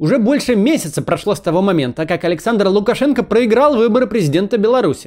Уже больше месяца прошло с того момента, как Александр Лукашенко проиграл выборы президента Беларуси.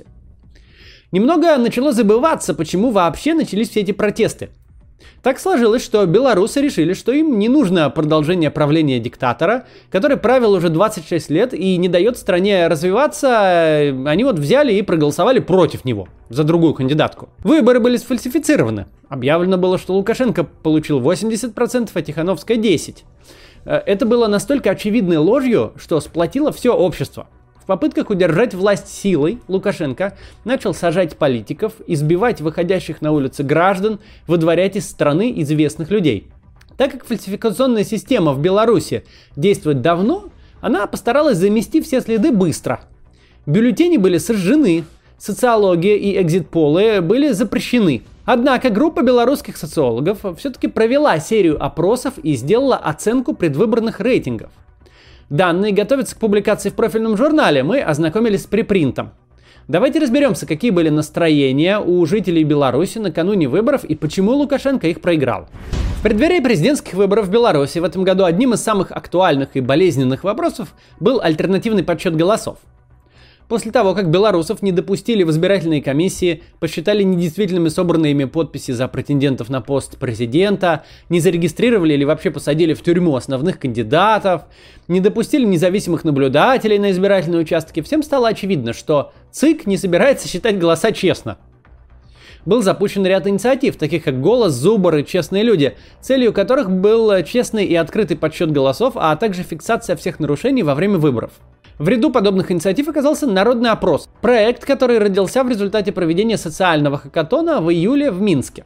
Немного начало забываться, почему вообще начались все эти протесты. Так сложилось, что белорусы решили, что им не нужно продолжение правления диктатора, который правил уже 26 лет и не дает стране развиваться. Они вот взяли и проголосовали против него, за другую кандидатку. Выборы были сфальсифицированы. Объявлено было, что Лукашенко получил 80%, а Тихановская 10%. Это было настолько очевидной ложью, что сплотило все общество. В попытках удержать власть силой Лукашенко начал сажать политиков, избивать выходящих на улицы граждан, выдворять из страны известных людей. Так как фальсификационная система в Беларуси действует давно, она постаралась замести все следы быстро. Бюллетени были сожжены, социология и экзит-полы были запрещены. Однако группа белорусских социологов все-таки провела серию опросов и сделала оценку предвыборных рейтингов. Данные готовятся к публикации в профильном журнале, мы ознакомились с препринтом. Давайте разберемся, какие были настроения у жителей Беларуси накануне выборов и почему Лукашенко их проиграл. В преддверии президентских выборов в Беларуси в этом году одним из самых актуальных и болезненных вопросов был альтернативный подсчет голосов. После того, как белорусов не допустили в избирательные комиссии, посчитали недействительными собранные ими подписи за претендентов на пост президента, не зарегистрировали или вообще посадили в тюрьму основных кандидатов, не допустили независимых наблюдателей на избирательные участки, всем стало очевидно, что ЦИК не собирается считать голоса честно. Был запущен ряд инициатив, таких как «Голос», «Зубр» и «Честные люди», целью которых был честный и открытый подсчет голосов, а также фиксация всех нарушений во время выборов. В ряду подобных инициатив оказался народный опрос, проект, который родился в результате проведения социального хакатона в июле в Минске.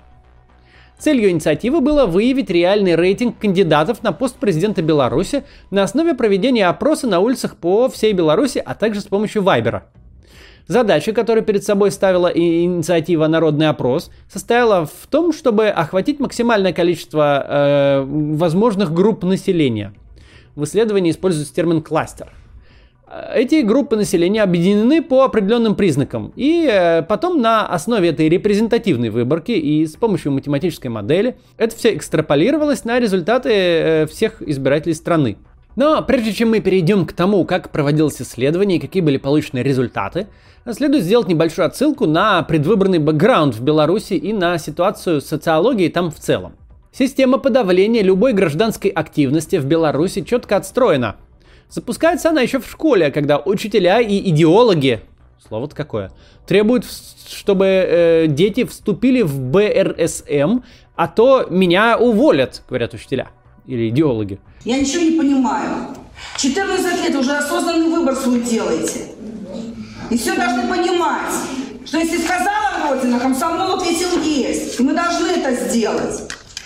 Целью инициативы было выявить реальный рейтинг кандидатов на пост президента Беларуси на основе проведения опроса на улицах по всей Беларуси, а также с помощью Вайбера. Задача, которую перед собой ставила инициатива «Народный опрос», состояла в том, чтобы охватить максимальное количество возможных групп населения. В исследовании используется термин «кластер». Эти группы населения объединены по определенным признакам, и потом на основе этой репрезентативной выборки и с помощью математической модели это все экстраполировалось на результаты всех избирателей страны. Но прежде чем мы перейдем к тому, как проводилось исследование и какие были получены результаты, следует сделать небольшую отсылку на предвыборный бэкграунд в Беларуси и на ситуацию социологии там в целом. Система подавления любой гражданской активности в Беларуси четко отстроена. Запускается она еще в школе, когда учителя и идеологи, слово-то какое, требуют, чтобы дети вступили в БРСМ, а то меня уволят, говорят учителя или идеологи. Я ничего не понимаю. 14 лет уже осознанный выбор свой делаете. И все должны понимать, что если сказала Родина, комсомол ответил есть. И мы должны это сделать.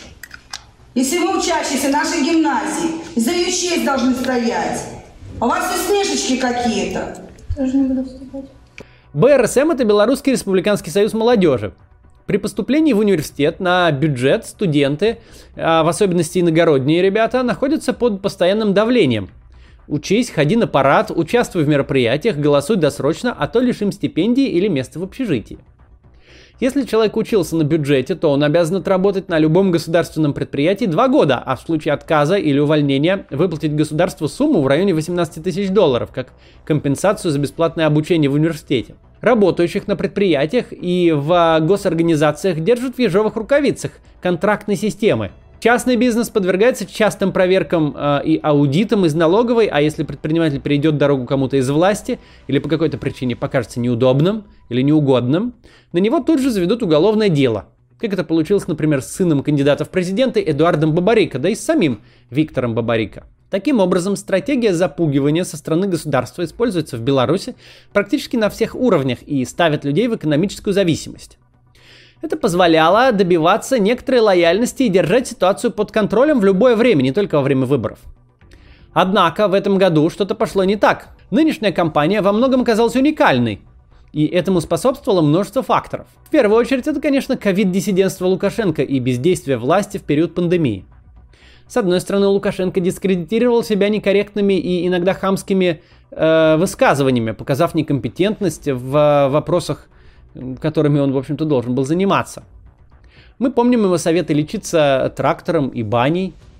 Если мы учащиеся нашей гимназии, за ее честь должны стоять. А у вас все смешечки какие-то. Тоже не буду вступать. БРСМ – это Белорусский республиканский союз молодежи. При поступлении в университет на бюджет студенты, в особенности иногородние ребята, находятся под постоянным давлением. Учись, ходи на парад, участвуй в мероприятиях, голосуй досрочно, а то лишим стипендии или места в общежитии. Если человек учился на бюджете, то он обязан отработать на любом государственном предприятии 2 года, а в случае отказа или увольнения выплатить государству сумму в районе $18 тысяч, как компенсацию за бесплатное обучение в университете. Работающих на предприятиях и в госорганизациях держат в ежовых рукавицах контрактной системы. Частный бизнес подвергается частым проверкам и аудитам из налоговой, а если предприниматель перейдет дорогу кому-то из власти или по какой-то причине покажется неудобным или неугодным, на него тут же заведут уголовное дело. Как это получилось, например, с сыном кандидата в президенты Эдуардом Бабарико, да и с самим Виктором Бабарико. Таким образом, стратегия запугивания со стороны государства используется в Беларуси практически на всех уровнях и ставит людей в экономическую зависимость. Это позволяло добиваться некоторой лояльности и держать ситуацию под контролем в любое время, не только во время выборов. Однако в этом году что-то пошло не так. Нынешняя кампания во многом оказалась уникальной, и этому способствовало множество факторов. В первую очередь это, конечно, ковид-диссидентство Лукашенко и бездействие власти в период пандемии. С одной стороны, Лукашенко дискредитировал себя некорректными и иногда хамскими высказываниями, показав некомпетентность в вопросах, которыми он, в общем-то, должен был заниматься. Мы помним его советы лечиться трактором и баней.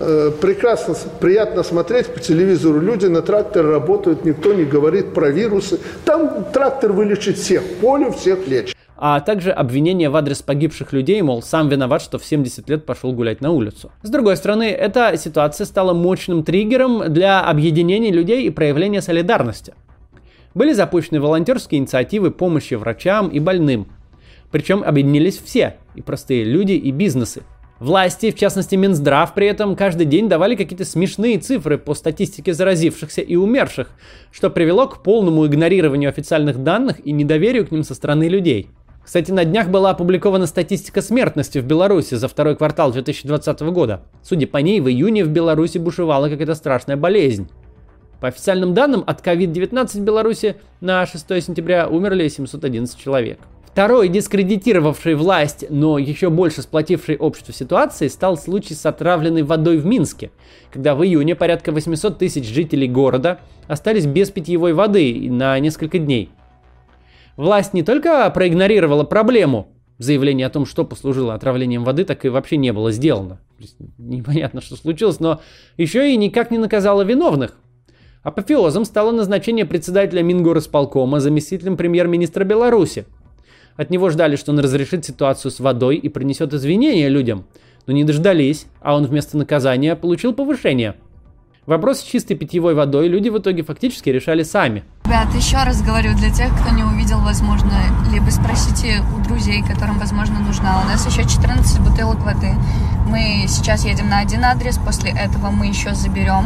Прекрасно, приятно смотреть по телевизору. Люди на тракторе работают, никто не говорит про вирусы. Там трактор вылечит всех, поле всех лечит. А также обвинения в адрес погибших людей, мол, сам виноват, что в 70 лет пошел гулять на улицу. С другой стороны, эта ситуация стала мощным триггером для объединения людей и проявления солидарности. Были запущены волонтерские инициативы помощи врачам и больным. Причем объединились все, и простые люди, и бизнесы. Власти, в частности Минздрав, при этом каждый день давали какие-то смешные цифры по статистике заразившихся и умерших, что привело к полному игнорированию официальных данных и недоверию к ним со стороны людей. Кстати, на днях была опубликована статистика смертности в Беларуси за второй квартал 2020 года. Судя по ней, в июне в Беларуси бушевала какая-то страшная болезнь. По официальным данным, от COVID-19 в Беларуси на 6 сентября умерли 711 человек. Второй дискредитировавшей власть, но еще больше сплотившей общество ситуации стал случай с отравленной водой в Минске, когда в июне порядка 800 тысяч жителей города остались без питьевой воды на несколько дней. Власть не только проигнорировала проблему, заявление о том, что послужило отравлением воды, так и вообще не было сделано. Непонятно, что случилось, но еще и никак не наказала виновных. Апофеозом стало назначение председателя Мингорисполкома заместителем премьер-министра Беларуси. От него ждали, что он разрешит ситуацию с водой и принесет извинения людям, но не дождались, а он вместо наказания получил повышение. Вопрос с чистой питьевой водой люди в итоге фактически решали сами. Ребят, еще раз говорю, для тех, кто не увидел, возможно, либо спросите у друзей, которым, возможно, нужна. У нас еще 14 бутылок воды. Мы сейчас едем на один адрес, после этого мы еще заберем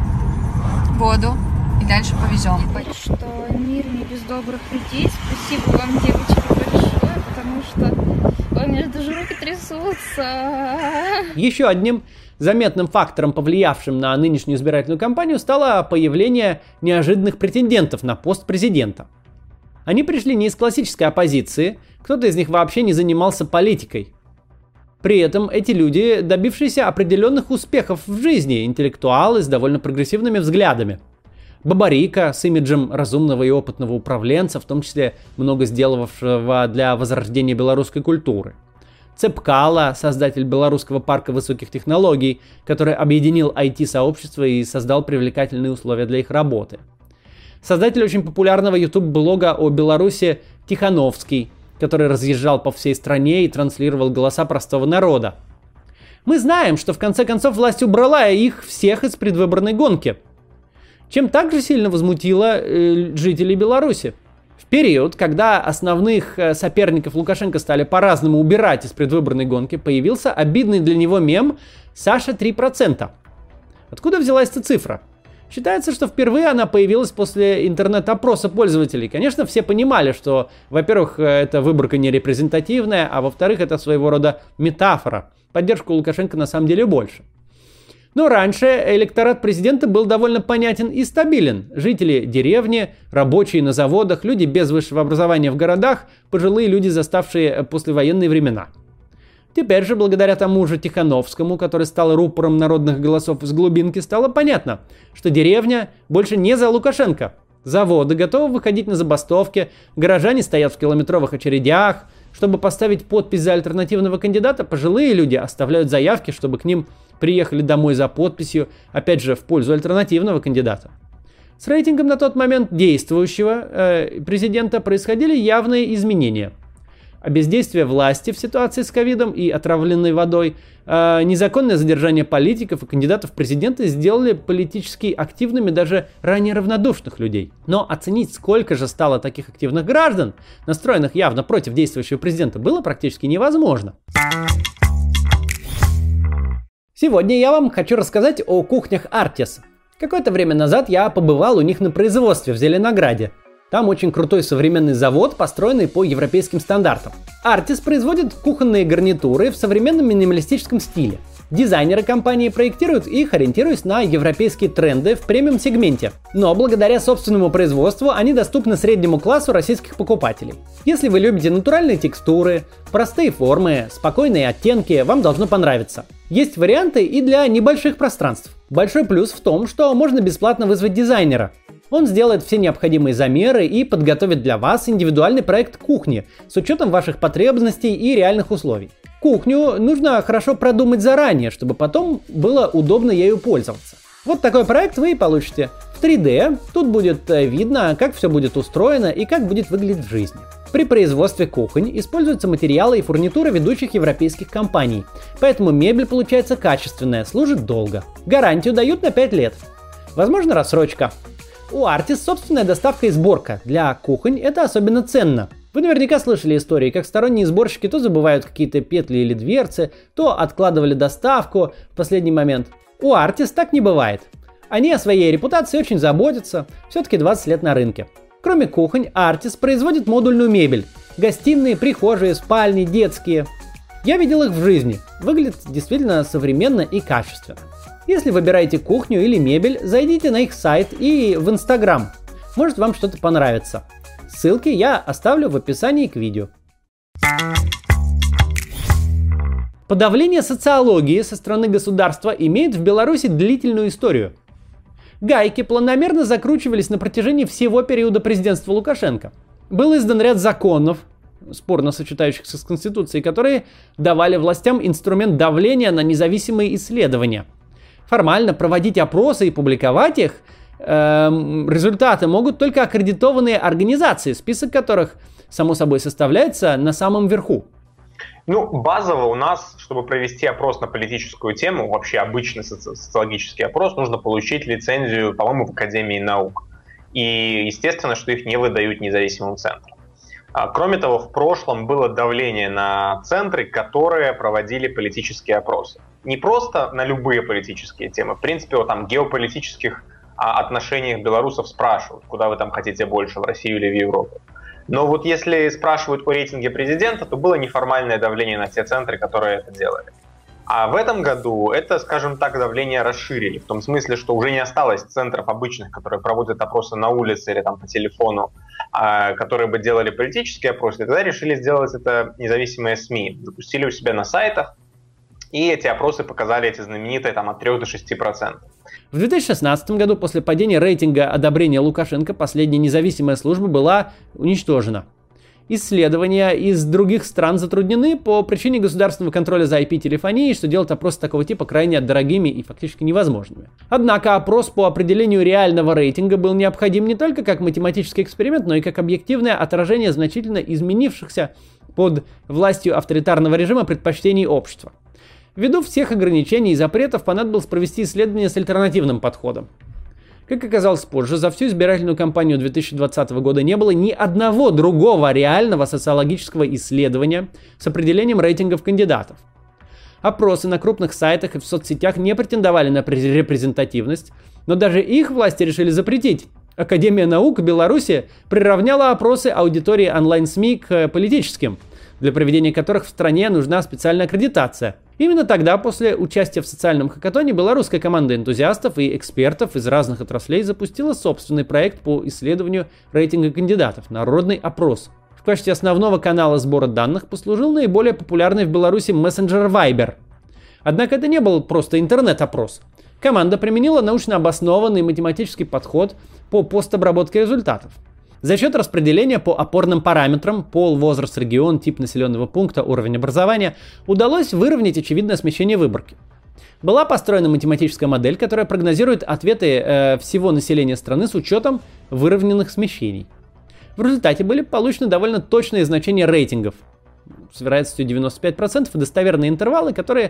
воду и дальше повезем. Что мир не без добрых людей. Спасибо вам, девочки, большое, потому что у меня даже руки трясутся. Еще одним заметным фактором, повлиявшим на нынешнюю избирательную кампанию, стало появление неожиданных претендентов на пост президента. Они пришли не из классической оппозиции, кто-то из них вообще не занимался политикой. При этом эти люди, добившиеся определенных успехов в жизни, интеллектуалы с довольно прогрессивными взглядами. Бабарика с имиджем разумного и опытного управленца, в том числе много сделавшего для возрождения белорусской культуры. Цепкало, создатель Белорусского парка высоких технологий, который объединил IT-сообщество и создал привлекательные условия для их работы. Создатель очень популярного YouTube-блога о Беларуси Тихановский, который разъезжал по всей стране и транслировал голоса простого народа. Мы знаем, что в конце концов власть убрала их всех из предвыборной гонки, чем также сильно возмутило жителей Беларуси. В период, когда основных соперников Лукашенко стали по-разному убирать из предвыборной гонки, появился обидный для него мем «Саша 3%». Откуда взялась эта цифра? Считается, что впервые она появилась после интернет-опроса пользователей. Конечно, все понимали, что, во-первых, эта выборка не репрезентативная, а во-вторых, это своего рода метафора. Поддержка Лукашенко на самом деле больше. Но раньше электорат президента был довольно понятен и стабилен. Жители деревни, рабочие на заводах, люди без высшего образования в городах, пожилые люди, заставшие послевоенные времена. Теперь же, благодаря тому же Тихановскому, который стал рупором народных голосов из глубинки, стало понятно, что деревня больше не за Лукашенко. Заводы готовы выходить на забастовки, горожане стоят в километровых очередях. Чтобы поставить подпись за альтернативного кандидата, пожилые люди оставляют заявки, чтобы к ним приехали домой за подписью, опять же, в пользу альтернативного кандидата. С рейтингом на тот момент действующего президента происходили явные изменения. А бездействие власти в ситуации с ковидом и отравленной водой, незаконное задержание политиков и кандидатов в президенты сделали политически активными даже ранее равнодушных людей. Но оценить, сколько же стало таких активных граждан, настроенных явно против действующего президента, было практически невозможно. Сегодня я вам хочу рассказать о кухнях Artis. Какое-то время назад я побывал у них на производстве в Зеленограде. Там очень крутой современный завод, построенный по европейским стандартам. Artis производит кухонные гарнитуры в современном минималистическом стиле. Дизайнеры компании проектируют их, ориентируясь на европейские тренды в премиум-сегменте. Но благодаря собственному производству они доступны среднему классу российских покупателей. Если вы любите натуральные текстуры, простые формы, спокойные оттенки, вам должно понравиться. Есть варианты и для небольших пространств. Большой плюс в том, что можно бесплатно вызвать дизайнера. Он сделает все необходимые замеры и подготовит для вас индивидуальный проект кухни с учетом ваших потребностей и реальных условий. Кухню нужно хорошо продумать заранее, чтобы потом было удобно ею пользоваться. Вот такой проект вы и получите в 3D. Тут будет видно, как все будет устроено и как будет выглядеть в жизни. При производстве кухонь используются материалы и фурнитура ведущих европейских компаний, поэтому мебель получается качественная, служит долго. Гарантию дают на 5 лет. Возможно, рассрочка. У Artis собственная доставка и сборка. Для кухонь это особенно ценно. Вы наверняка слышали истории, как сторонние сборщики то забывают какие-то петли или дверцы, то откладывали доставку в последний момент. У Artis так не бывает. Они о своей репутации очень заботятся, все-таки 20 лет на рынке. Кроме кухонь, Artis производит модульную мебель. Гостиные, прихожие, спальни, детские. Я видел их в жизни. Выглядит действительно современно и качественно. Если выбираете кухню или мебель, зайдите на их сайт и в Instagram. Может, вам что-то понравится. Ссылки я оставлю в описании к видео. Подавление социологии со стороны государства имеет в Беларуси длительную историю. Гайки планомерно закручивались на протяжении всего периода президентства Лукашенко. Был издан ряд законов, спорно сочетающихся с Конституцией, которые давали властям инструмент давления на независимые исследования. Формально проводить опросы и публиковать их результаты могут только аккредитованные организации, список которых, само собой, составляется на самом верху. Базово у нас, чтобы провести опрос на политическую тему, вообще обычный социологический опрос, нужно получить лицензию, по-моему, в Академии наук. И естественно, что их не выдают независимым центрам. Кроме того, в прошлом было давление на центры, которые проводили политические опросы. Не просто на любые политические темы. В принципе, там геополитических отношениях белорусов спрашивают, куда вы там хотите больше, в Россию или в Европу. Но вот если спрашивают о рейтинге президента, то было неформальное давление на те центры, которые это делали. А в этом году это, скажем так, давление расширили. В том смысле, что уже не осталось центров обычных, которые проводят опросы на улице или там по телефону, которые бы делали политические опросы. Тогда решили сделать это независимые СМИ. Запустили у себя на сайтах, и эти опросы показали эти знаменитые от 3 до 6%. В 2016 году, после падения рейтинга одобрения Лукашенко, последняя независимая служба была уничтожена. Исследования из других стран затруднены по причине государственного контроля за IP-телефонией, что делает опросы такого типа крайне дорогими и фактически невозможными. Однако опрос по определению реального рейтинга был необходим не только как математический эксперимент, но и как объективное отражение значительно изменившихся под властью авторитарного режима предпочтений общества. Ввиду всех ограничений и запретов понадобилось провести исследование с альтернативным подходом. Как оказалось позже, за всю избирательную кампанию 2020 года не было ни одного другого реального социологического исследования с определением рейтингов кандидатов. Опросы на крупных сайтах и в соцсетях не претендовали на репрезентативность, но даже их власти решили запретить. Академия наук Беларуси приравняла опросы аудитории онлайн-СМИ к политическим, для проведения которых в стране нужна специальная аккредитация. Именно тогда, после участия в социальном хакатоне, белорусская команда энтузиастов и экспертов из разных отраслей запустила собственный проект по исследованию рейтинга кандидатов – народный опрос. В качестве основного канала сбора данных послужил наиболее популярный в Беларуси мессенджер Viber. Однако это не был просто интернет-опрос. Команда применила научно обоснованный математический подход по постобработке результатов. За счет распределения по опорным параметрам – пол, возраст, регион, тип населенного пункта, уровень образования – удалось выровнять очевидное смещение выборки. Была построена математическая модель, которая прогнозирует ответы всего населения страны с учетом выровненных смещений. В результате были получены довольно точные значения рейтингов с вероятностью 95% и достоверные интервалы, которые,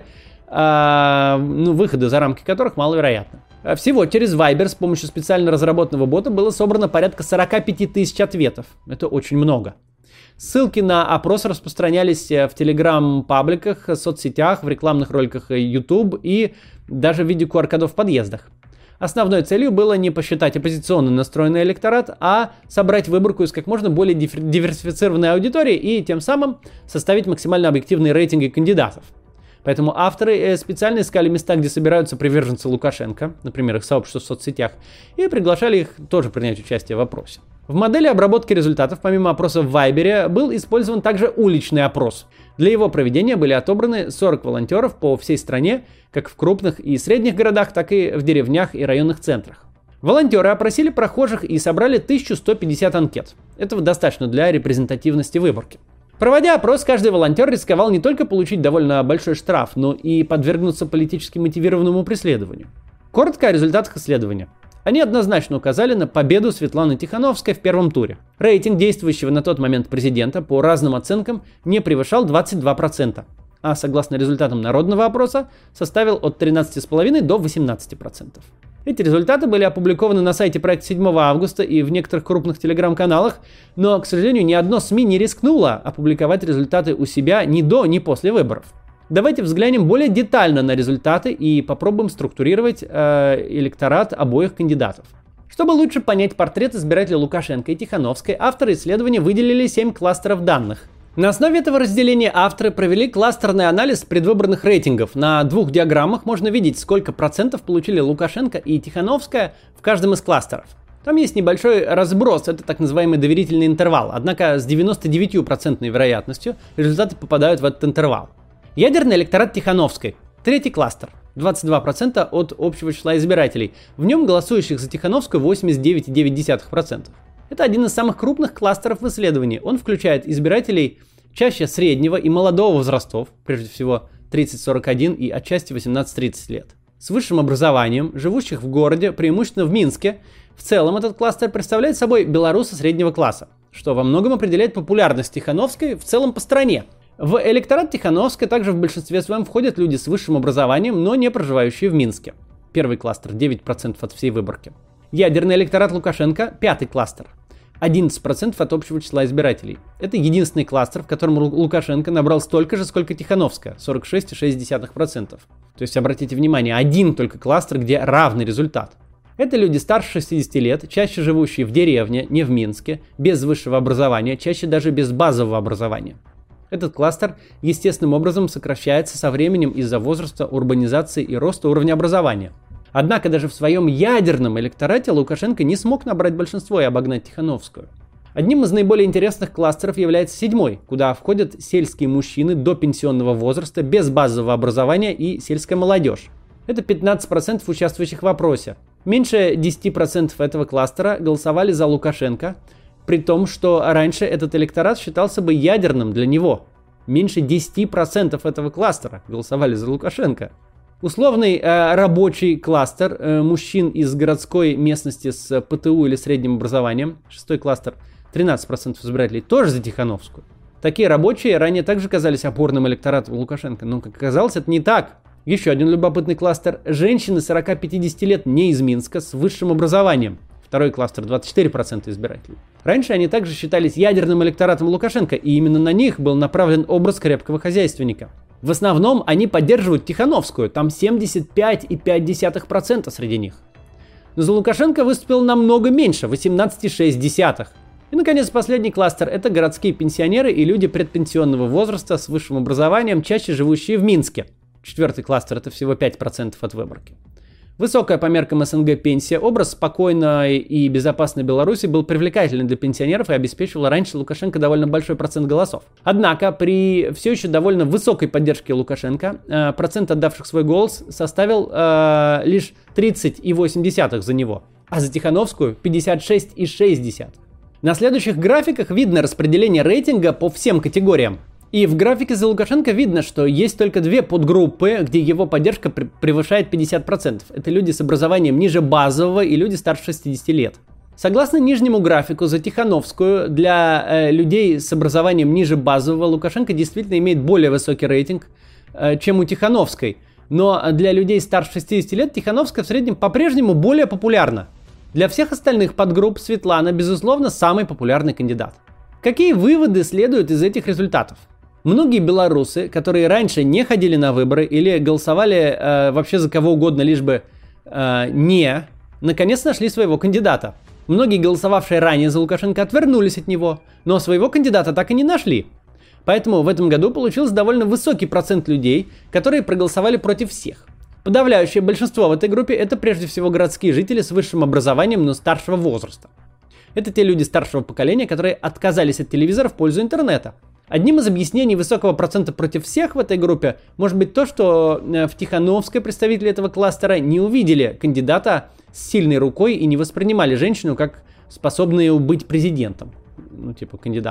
выходы за рамки которых маловероятны. Всего через Viber с помощью специально разработанного бота было собрано порядка 45 тысяч ответов. Это очень много. Ссылки на опрос распространялись в телеграм-пабликах, соцсетях, в рекламных роликах YouTube и даже в виде QR-кодов в подъездах. Основной целью было не посчитать оппозиционно настроенный электорат, а собрать выборку из как можно более диверсифицированной аудитории и тем самым составить максимально объективные рейтинги кандидатов. Поэтому авторы специально искали места, где собираются приверженцы Лукашенко, например, их сообщества в соцсетях, и приглашали их тоже принять участие в опросе. В модели обработки результатов, помимо опроса в Вайбере, был использован также уличный опрос. Для его проведения были отобраны 40 волонтеров по всей стране, как в крупных и средних городах, так и в деревнях и районных центрах. Волонтеры опросили прохожих и собрали 1150 анкет. Этого достаточно для репрезентативности выборки. Проводя опрос, каждый волонтер рисковал не только получить довольно большой штраф, но и подвергнуться политически мотивированному преследованию. Коротко о результатах исследования. Они однозначно указали на победу Светланы Тихановской в первом туре. Рейтинг действующего на тот момент президента по разным оценкам не превышал 22%, а согласно результатам народного опроса составил от 13,5% до 18%. Эти результаты были опубликованы на сайте проекта 7 августа и в некоторых крупных телеграм-каналах, но, к сожалению, ни одно СМИ не рискнуло опубликовать результаты у себя ни до, ни после выборов. Давайте взглянем более детально на результаты и попробуем структурировать электорат обоих кандидатов. Чтобы лучше понять портрет избирателя Лукашенко и Тихановской, авторы исследования выделили 7 кластеров данных. На основе этого разделения авторы провели кластерный анализ предвыборных рейтингов. На 2 диаграммах можно видеть, сколько процентов получили Лукашенко и Тихановская в каждом из кластеров. Там есть небольшой разброс, это так называемый доверительный интервал, однако с 99% вероятностью результаты попадают в этот интервал. Ядерный электорат Тихановской. 3-й кластер. 22% от общего числа избирателей. В нем голосующих за Тихановскую 89,9%. Это один из самых крупных кластеров в исследовании. Он включает избирателей чаще среднего и молодого возрастов, прежде всего 30-41 и отчасти 18-30 лет, с высшим образованием, живущих в городе, преимущественно в Минске. В целом этот кластер представляет собой белорусы среднего класса, что во многом определяет популярность Тихановской в целом по стране. В электорат Тихановской также в большинстве своем входят люди с высшим образованием, но не проживающие в Минске. Первый кластер 9% от всей выборки. Ядерный электорат Лукашенко, 5-й кластер, 11% от общего числа избирателей. Это единственный кластер, в котором Лукашенко набрал столько же, сколько Тихановская, 46,6%. То есть, обратите внимание, один только кластер, где равный результат. Это люди старше 60 лет, чаще живущие в деревне, не в Минске, без высшего образования, чаще даже без базового образования. Этот кластер естественным образом сокращается со временем из-за возраста, урбанизации и роста уровня образования. Однако даже в своем ядерном электорате Лукашенко не смог набрать большинство и обогнать Тихановскую. Одним из наиболее интересных кластеров является 7-й, куда входят сельские мужчины до пенсионного возраста без базового образования и сельская молодежь. Это 15% участвующих в опросе. Меньше 10% этого кластера голосовали за Лукашенко, при том, что раньше этот электорат считался бы ядерным для него. Меньше 10% этого кластера голосовали за Лукашенко. Условный рабочий кластер мужчин из городской местности с ПТУ или средним образованием, 6-й кластер, 13% избирателей, тоже за Тихановскую. Такие рабочие ранее также казались опорным электоратом Лукашенко, но, как оказалось, это не так. Еще один любопытный кластер – женщины 40-50 лет не из Минска с высшим образованием. Второй кластер – 24% избирателей. Раньше они также считались ядерным электоратом Лукашенко, и именно на них был направлен образ крепкого хозяйственника. В основном они поддерживают Тихановскую, там 75,5% среди них. Но за Лукашенко выступило намного меньше, 18,6%. И, наконец, последний кластер – это городские пенсионеры и люди предпенсионного возраста с высшим образованием, чаще живущие в Минске. 4-й кластер – это всего 5% от выборки. Высокая по меркам СНГ пенсия, образ спокойной и безопасной Беларуси был привлекателен для пенсионеров и обеспечивал раньше Лукашенко довольно большой процент голосов. Однако при все еще довольно высокой поддержке Лукашенко процент отдавших свой голос составил лишь 30,8% за него, а за Тихановскую 56,6%. На следующих графиках видно распределение рейтинга по всем категориям. И в графике за Лукашенко видно, что есть только 2 подгруппы, где его поддержка превышает 50%. Это люди с образованием ниже базового и люди старше 60 лет. Согласно нижнему графику за Тихановскую, для людей с образованием ниже базового Лукашенко действительно имеет более высокий рейтинг, чем у Тихановской. Но для людей старше 60 лет Тихановская в среднем по-прежнему более популярна. Для всех остальных подгрупп Светлана, безусловно, самый популярный кандидат. Какие выводы следуют из этих результатов? Многие белорусы, которые раньше не ходили на выборы или голосовали вообще за кого угодно, лишь бы наконец нашли своего кандидата. Многие, голосовавшие ранее за Лукашенко, отвернулись от него, но своего кандидата так и не нашли. Поэтому в этом году получился довольно высокий процент людей, которые проголосовали против всех. Подавляющее большинство в этой группе – это прежде всего городские жители с высшим образованием, но старшего возраста. Это те люди старшего поколения, которые отказались от телевизора в пользу интернета. Одним из объяснений высокого процента против всех в этой группе может быть то, что в Тихановской представители этого кластера не увидели кандидата с сильной рукой и не воспринимали женщину как способную быть президентом, кандидата.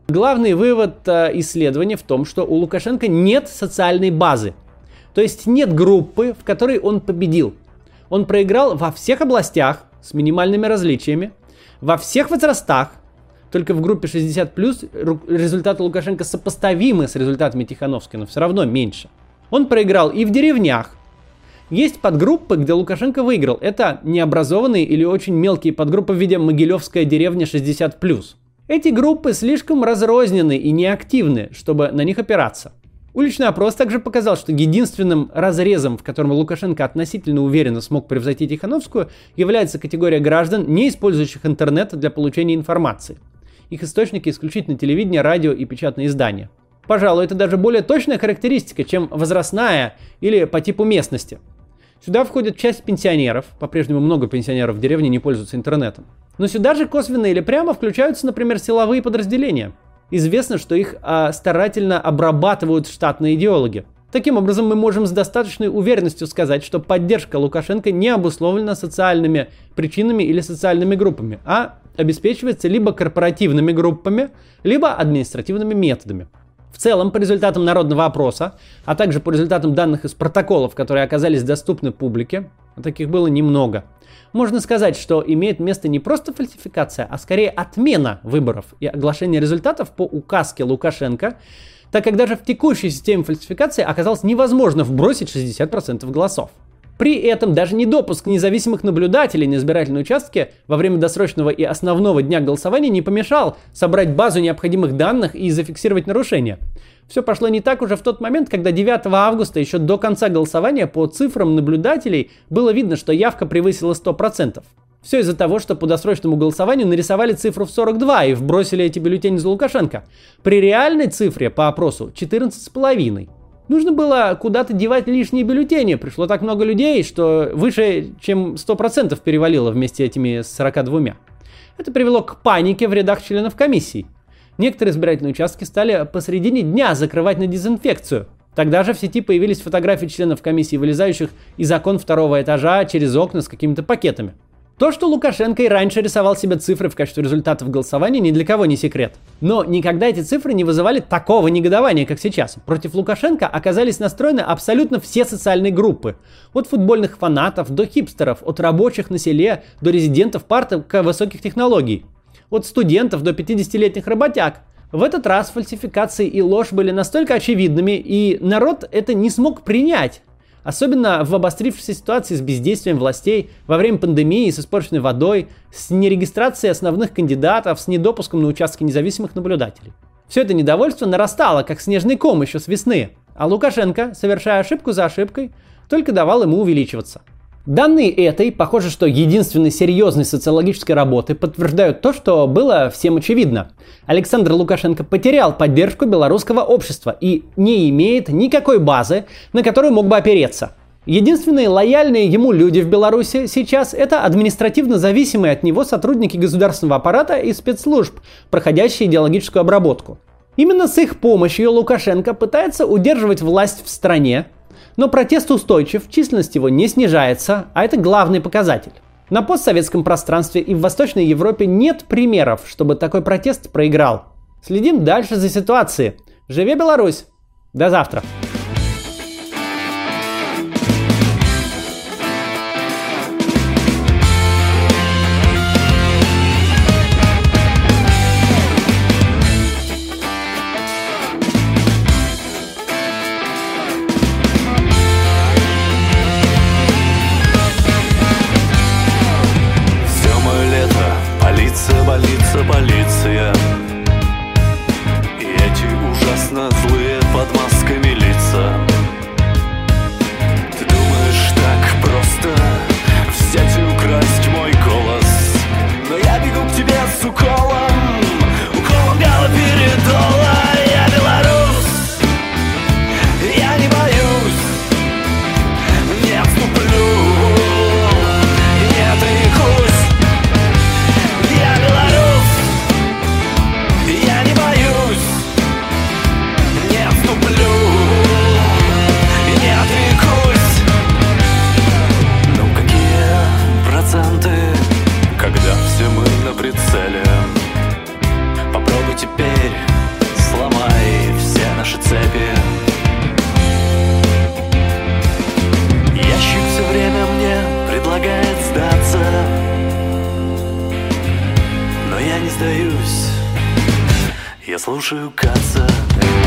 Главный вывод исследования в том, что у Лукашенко нет социальной базы. То есть нет группы, в которой он победил. Он проиграл во всех областях с минимальными различиями, во всех возрастах. Только в группе 60+, результаты Лукашенко сопоставимы с результатами Тихановской, но все равно меньше. Он проиграл и в деревнях. Есть подгруппы, где Лукашенко выиграл. Это необразованные или очень мелкие подгруппы в виде Могилевская деревня 60+. Эти группы слишком разрознены и неактивны, чтобы на них опираться. Уличный опрос также показал, что единственным разрезом, в котором Лукашенко относительно уверенно смог превзойти Тихановскую, является категория граждан, не использующих интернет для получения информации. Их источники исключительно телевидение, радио и печатные издания. Пожалуй, это даже более точная характеристика, чем возрастная или по типу местности. Сюда входит часть пенсионеров, по-прежнему много пенсионеров в деревне не пользуются интернетом. Но сюда же косвенно или прямо включаются, например, силовые подразделения. Известно, что их старательно обрабатывают штатные идеологи. Таким образом, мы можем с достаточной уверенностью сказать, что поддержка Лукашенко не обусловлена социальными причинами или социальными группами, а обеспечивается либо корпоративными группами, либо административными методами. В целом, по результатам народного опроса, а также по результатам данных из протоколов, которые оказались доступны публике, а таких было немного, можно сказать, что имеет место не просто фальсификация, а скорее отмена выборов и оглашение результатов по указке Лукашенко, так как даже в текущей системе фальсификации оказалось невозможно вбросить 60% голосов. При этом даже недопуск независимых наблюдателей на избирательные участки во время досрочного и основного дня голосования не помешал собрать базу необходимых данных и зафиксировать нарушения. Все пошло не так уже в тот момент, когда 9 августа, еще до конца голосования, по цифрам наблюдателей было видно, что явка превысила 100%. Все из-за того, что по досрочному голосованию нарисовали цифру в 42 и вбросили эти бюллетени за Лукашенко. При реальной цифре по опросу 14,5. Нужно было куда-то девать лишние бюллетени. Пришло так много людей, что выше, чем 100% перевалило вместе этими 42. Это привело к панике в рядах членов комиссий. Некоторые избирательные участки стали посредине дня закрывать на дезинфекцию. Тогда же в сети появились фотографии членов комиссии, вылезающих из окон второго этажа через окна с какими-то пакетами. То, что Лукашенко и раньше рисовал себе цифры в качестве результатов голосования, ни для кого не секрет. Но никогда эти цифры не вызывали такого негодования, как сейчас. Против Лукашенко оказались настроены абсолютно все социальные группы. От футбольных фанатов до хипстеров, от рабочих на селе до резидентов парка высоких технологий. От студентов до 50-летних работяг. В этот раз фальсификации и ложь были настолько очевидными, и народ это не смог принять. Особенно в обострившейся ситуации с бездействием властей, во время пандемии, с испорченной водой, с нерегистрацией основных кандидатов, с недопуском на участки независимых наблюдателей. Все это недовольство нарастало, как снежный ком еще с весны, а Лукашенко, совершая ошибку за ошибкой, только давал ему увеличиваться. Данные этой, похоже, что единственной серьезной социологической работы подтверждают то, что было всем очевидно. Александр Лукашенко потерял поддержку белорусского общества и не имеет никакой базы, на которую мог бы опереться. Единственные лояльные ему люди в Беларуси сейчас это административно зависимые от него сотрудники государственного аппарата и спецслужб, проходящие идеологическую обработку. Именно с их помощью Лукашенко пытается удерживать власть в стране, но протест устойчив, численность его не снижается, а это главный показатель. На постсоветском пространстве и в Восточной Европе нет примеров, чтобы такой протест проиграл. Следим дальше за ситуацией. Живи Беларусь! До завтра! Полиция и эти ужасно злые под масками лица. Ты думаешь, так просто взять и украсть мой голос? Но я бегу к тебе с уколом галоперидола. Я белорус, я не боюсь, не отступлю, не отрекусь. Я белорус, сдаюсь, я слушаю Каца.